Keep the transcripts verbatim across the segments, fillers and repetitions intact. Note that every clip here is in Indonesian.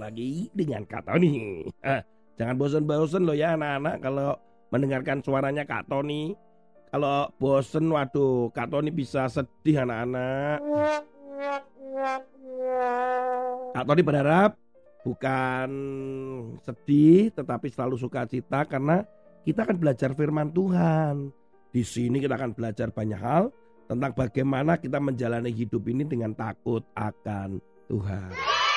lagi dengan Kak Tony. Eh, jangan bosan-bosan loh ya anak-anak kalau mendengarkan suaranya Kak Tony. Kalau bosan, waduh, Kak Tony bisa sedih anak-anak. Kak Tony berharap bukan sedih tetapi selalu sukacita karena kita akan belajar firman Tuhan. Di sini kita akan belajar banyak hal tentang bagaimana kita menjalani hidup ini dengan takut akan Tuhan.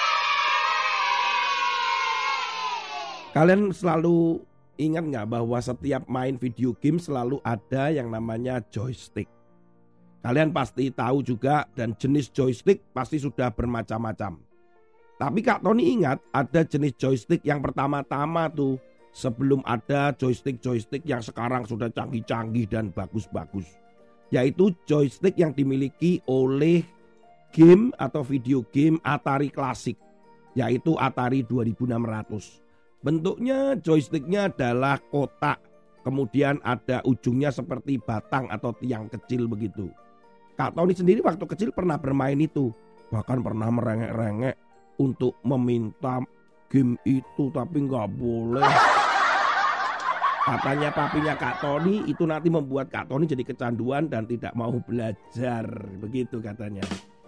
Kalian selalu ingat gak bahwa setiap main video game selalu ada yang namanya joystick. Kalian pasti tahu juga dan jenis joystick pasti sudah bermacam-macam. Tapi Kak Tony ingat ada jenis joystick yang pertama-tama tuh sebelum ada joystick-joystick yang sekarang sudah canggih-canggih dan bagus-bagus. Yaitu joystick yang dimiliki oleh game atau video game Atari klasik, yaitu Atari dua ribu enam ratus. Bentuknya joysticknya adalah kotak, kemudian ada ujungnya seperti batang atau tiang kecil begitu. Kak Tony sendiri waktu kecil pernah bermain itu, bahkan pernah merengek-rengek untuk meminta game itu tapi nggak boleh. Katanya papinya Kak Tony itu nanti membuat Kak Tony jadi kecanduan dan tidak mau belajar, begitu katanya.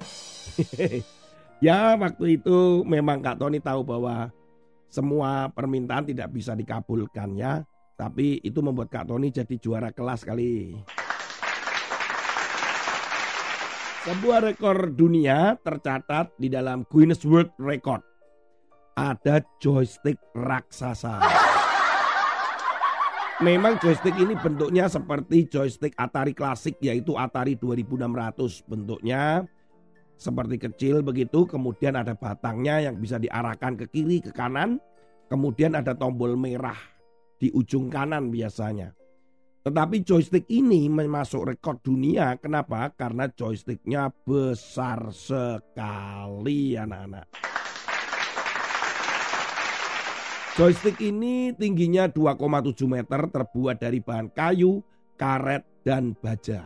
Ya waktu itu memang Kak Tony tahu bahwa semua permintaan tidak bisa dikabulkan ya. Tapi itu membuat Kak Tony jadi juara kelas kali. Sebuah rekor dunia tercatat di dalam Guinness World Record. Ada joystick raksasa. Memang joystick ini bentuknya seperti joystick Atari klasik, yaitu Atari dua ribu enam ratus. Bentuknya seperti kecil begitu, kemudian ada batangnya yang bisa diarahkan ke kiri, ke kanan. Kemudian ada tombol merah di ujung kanan biasanya. Tetapi joystick ini masuk rekor dunia. Kenapa? Karena joysticknya besar sekali anak-anak. Joystick ini tingginya dua koma tujuh meter, terbuat dari bahan kayu, karet, dan baja.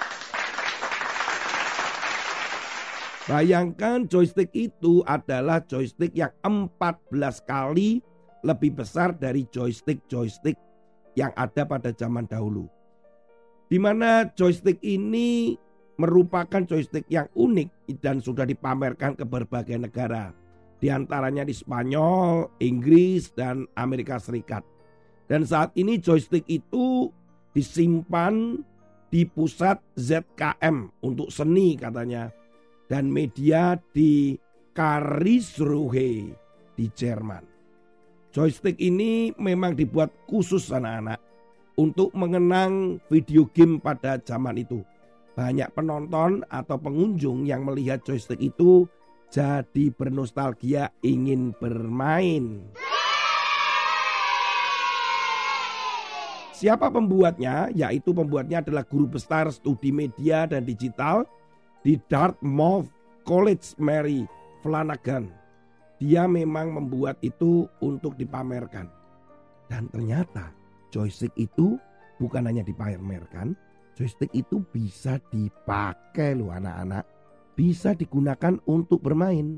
Bayangkan joystick itu adalah joystick yang empat belas kali lebih besar dari joystick-joystick yang ada pada zaman dahulu. Di mana joystick ini merupakan joystick yang unik dan sudah dipamerkan ke berbagai negara. Di antaranya di Spanyol, Inggris, dan Amerika Serikat. Dan saat ini joystick itu disimpan di pusat Z K M untuk seni katanya. Dan media di Karlsruhe di Jerman. Joystick ini memang dibuat khusus anak-anak untuk mengenang video game pada zaman itu. Banyak penonton atau pengunjung yang melihat joystick itu jadi bernostalgia ingin bermain. Siapa pembuatnya? Yaitu pembuatnya adalah guru besar studi media dan digital di Dartmouth College, Mary Flanagan. Dia memang membuat itu untuk dipamerkan. Dan ternyata joystick itu bukan hanya dipamerkan, joystick itu bisa dipakai loh anak-anak. Bisa digunakan untuk bermain.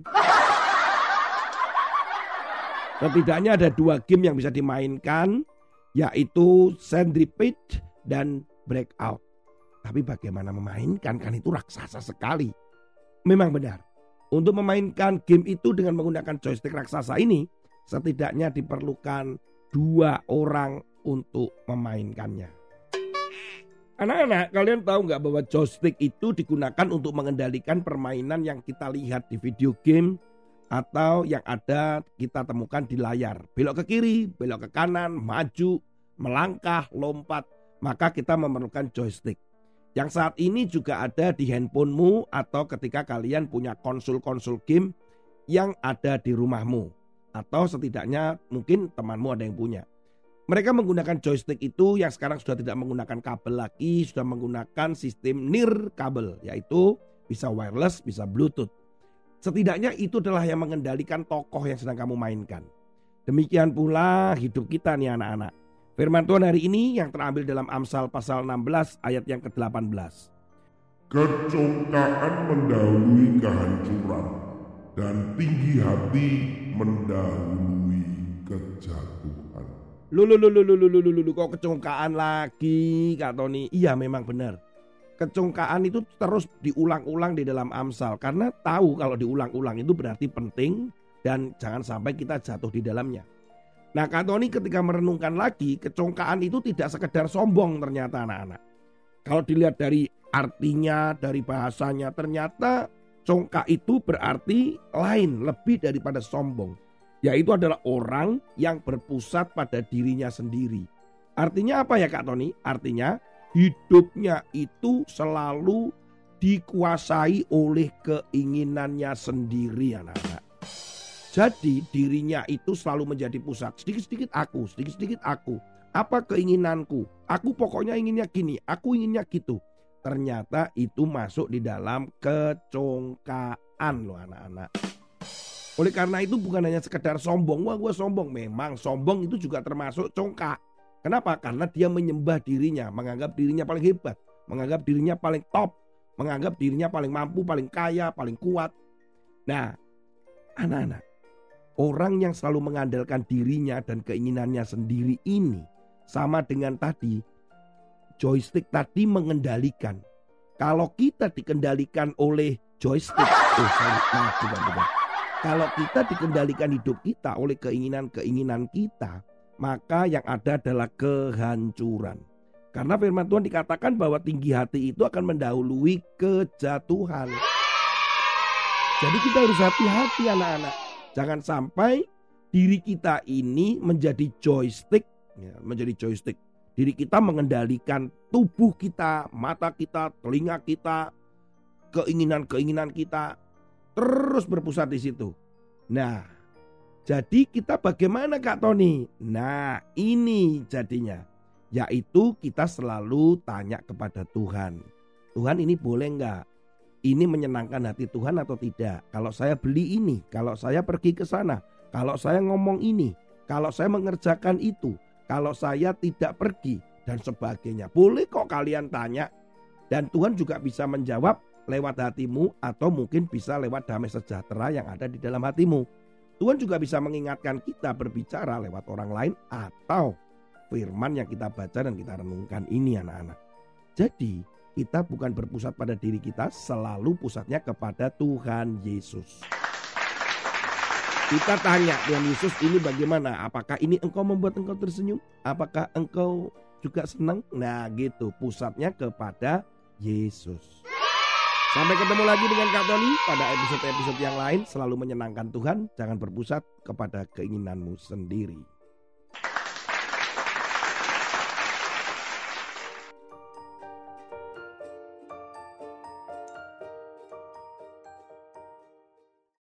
Setidaknya ada dua game yang bisa dimainkan, yaitu Centipede dan Breakout. Tapi bagaimana memainkan, kan itu raksasa sekali. Memang benar, untuk memainkan game itu dengan menggunakan joystick raksasa ini, setidaknya diperlukan dua orang untuk memainkannya. Anak-anak, kalian tahu nggak bahwa joystick itu digunakan untuk mengendalikan permainan yang kita lihat di video game atau yang ada kita temukan di layar. Belok ke kiri, belok ke kanan, maju, melangkah, lompat, maka kita memerlukan joystick. Yang saat ini juga ada di handphonemu atau ketika kalian punya konsol-konsol game yang ada di rumahmu. Atau setidaknya mungkin temanmu ada yang punya. Mereka menggunakan joystick itu yang sekarang sudah tidak menggunakan kabel lagi, sudah menggunakan sistem nirkabel, yaitu bisa wireless, bisa bluetooth. Setidaknya itu adalah yang mengendalikan tokoh yang sedang kamu mainkan. Demikian pula hidup kita nih anak-anak. Firman Tuhan hari ini yang terambil dalam Amsal pasal enam belas ayat yang ke delapan belas. Kecongkaan mendahului kehancuran, dan tinggi hati mendahului kejatuhan. Lulu lulu lulu lulu lulu kok kecongkaan lagi Kak Tony? Iya memang benar. Kecongkaan itu terus diulang-ulang di dalam Amsal karena tahu kalau diulang-ulang itu berarti penting dan jangan sampai kita jatuh di dalamnya. Nah Kak Tony ketika merenungkan lagi, kecongkaan itu tidak sekedar sombong ternyata anak-anak. Kalau dilihat dari artinya, dari bahasanya, ternyata congkak itu berarti lain, lebih daripada sombong. Yaitu adalah orang yang berpusat pada dirinya sendiri. Artinya apa ya Kak Tony? Artinya hidupnya itu selalu dikuasai oleh keinginannya sendiri anak-anak. Jadi dirinya itu selalu menjadi pusat. Sedikit-sedikit aku, sedikit-sedikit aku. Apa keinginanku? Aku pokoknya inginnya gini, aku inginnya gitu. Ternyata itu masuk di dalam kecongkaan loh anak-anak. Oleh karena itu bukan hanya sekedar sombong, wah gue sombong. Memang sombong itu juga termasuk congkak. Kenapa? Karena dia menyembah dirinya, menganggap dirinya paling hebat, menganggap dirinya paling top, menganggap dirinya paling mampu, paling kaya, paling kuat. Nah, anak-anak, orang yang selalu mengandalkan dirinya dan keinginannya sendiri ini sama dengan tadi, joystick tadi mengendalikan. Kalau kita dikendalikan oleh joystick, oh sorry, nah, bukan, bukan. Kalau kita dikendalikan hidup kita oleh keinginan-keinginan kita, maka yang ada adalah kehancuran. Karena firman Tuhan dikatakan bahwa tinggi hati itu akan mendahului kejatuhan. Jadi kita harus hati-hati anak-anak. Jangan sampai diri kita ini menjadi joystick, ya, menjadi joystick. Diri kita mengendalikan tubuh kita, mata kita, telinga kita, keinginan-keinginan kita. Terus berpusat di situ. Nah, jadi kita bagaimana Kak Tony? Nah, ini jadinya. Yaitu kita selalu tanya kepada Tuhan. Tuhan ini boleh enggak? Ini menyenangkan hati Tuhan atau tidak? Kalau saya beli ini, kalau saya pergi ke sana, kalau saya ngomong ini, kalau saya mengerjakan itu, kalau saya tidak pergi dan sebagainya. Boleh kok kalian tanya. Dan Tuhan juga bisa menjawab lewat hatimu atau mungkin bisa lewat damai sejahtera yang ada di dalam hatimu. Tuhan juga bisa mengingatkan kita berbicara lewat orang lain atau firman yang kita baca dan kita renungkan ini anak-anak. Jadi kita bukan berpusat pada diri kita, selalu pusatnya kepada Tuhan Yesus. Kita tanya Tuhan Yesus ini bagaimana? Apakah ini engkau membuat engkau tersenyum? Apakah engkau juga senang? Nah gitu, pusatnya kepada Yesus. Sampai ketemu lagi dengan Kak Tony pada episode-episode yang lain. Selalu menyenangkan Tuhan, jangan berpusat kepada keinginanmu sendiri.